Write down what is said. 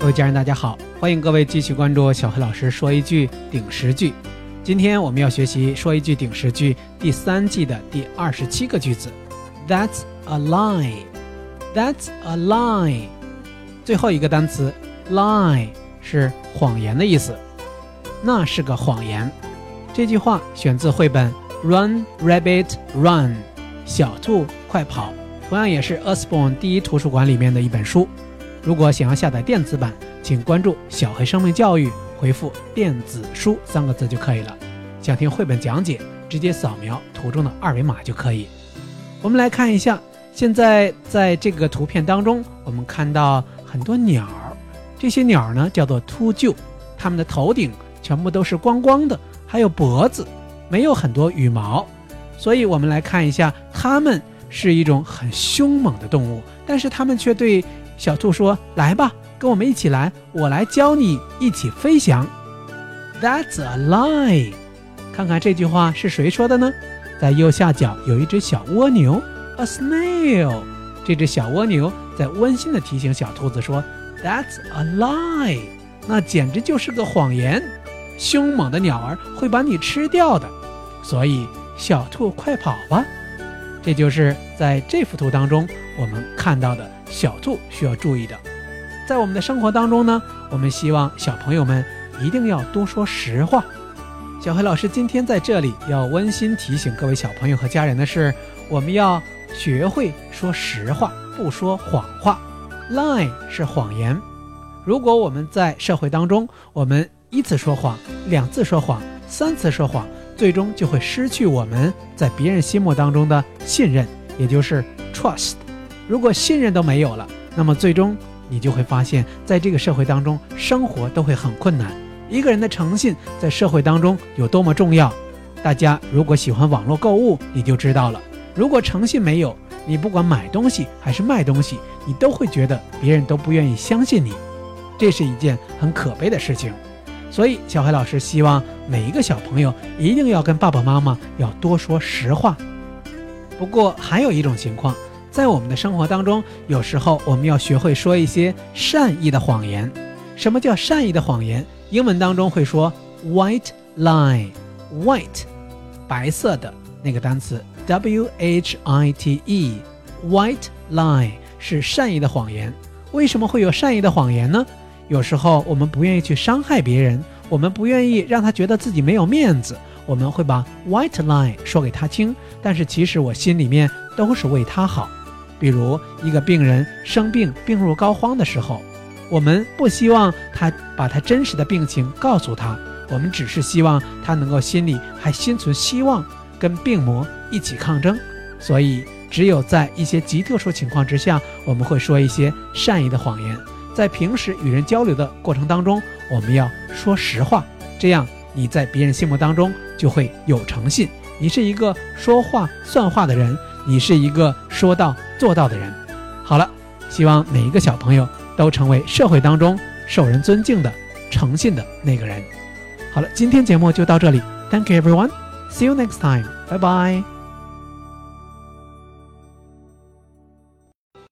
各位家人大家好，欢迎各位继续关注小黑老师说一句顶十句。今天我们要学习说一句顶十句第3季的第27个句子。 That's a lie. That's a lie. 最后一个单词 lie 是谎言的意思，那是个谎言。这句话选自绘本 Run Rabbit Run 小兔快跑，同样也是 Usborne 第一图书馆里面的一本书。如果想要下载电子版，请关注小黑生命教育，回复电子书3个字就可以了。想听绘本讲解，直接扫描图中的2维码就可以。我们来看一下，现在在这个图片当中，我们看到很多鸟，这些鸟呢叫做秃鹫，它们的头顶全部都是光光的，还有脖子，没有很多羽毛，所以我们来看一下，它们是一种很凶猛的动物，但是它们却对小兔说，来吧，跟我们一起来，我来教你一起飞翔。 That's a lie. 看看这句话是谁说的呢？在右下角有一只小蜗牛 A snail. 这只小蜗牛在温馨地提醒小兔子说， That's a lie. 那简直就是个谎言，凶猛的鸟儿会把你吃掉的，所以小兔快跑吧。这就是在这幅图当中我们看到的小兔需要注意的。在我们的生活当中呢，我们希望小朋友们一定要多说实话。小黑老师今天在这里要温馨提醒各位小朋友和家人的是，我们要学会说实话，不说谎话。 Lie 是谎言。如果我们在社会当中，我们1次说谎，2次说谎，3次说谎，最终就会失去我们在别人心目当中的信任，也就是 trust。 如果信任都没有了，那么最终你就会发现，在这个社会当中生活都会很困难。一个人的诚信在社会当中有多么重要，大家如果喜欢网络购物，你就知道了。如果诚信没有，你不管买东西还是卖东西，你都会觉得别人都不愿意相信你，这是一件很可悲的事情。所以小黑老师希望每一个小朋友一定要跟爸爸妈妈要多说实话。不过还有一种情况，在我们的生活当中，有时候我们要学会说一些善意的谎言。什么叫善意的谎言？英文当中会说 white lie。 white 白色的那个单词 W-H-I-T-E。 white lie 是善意的谎言。为什么会有善意的谎言呢？有时候我们不愿意去伤害别人，我们不愿意让他觉得自己没有面子，我们会把 white lie 说给他听，但是其实我心里面都是为他好。比如一个病人生病病入膏肓的时候，我们不希望他把他真实的病情告诉他，我们只是希望他能够心里还心存希望，跟病魔一起抗争。所以只有在一些极特殊情况之下，我们会说一些善意的谎言。在平时与人交流的过程当中，我们要说实话，这样你在别人心目当中就会有诚信，你是一个说话算话的人，你是一个说到做到的人。好了，希望每一个小朋友都成为社会当中受人尊敬的诚信的那个人。好了，今天节目就到这里。 Thank you everyone. See you next time. Bye bye.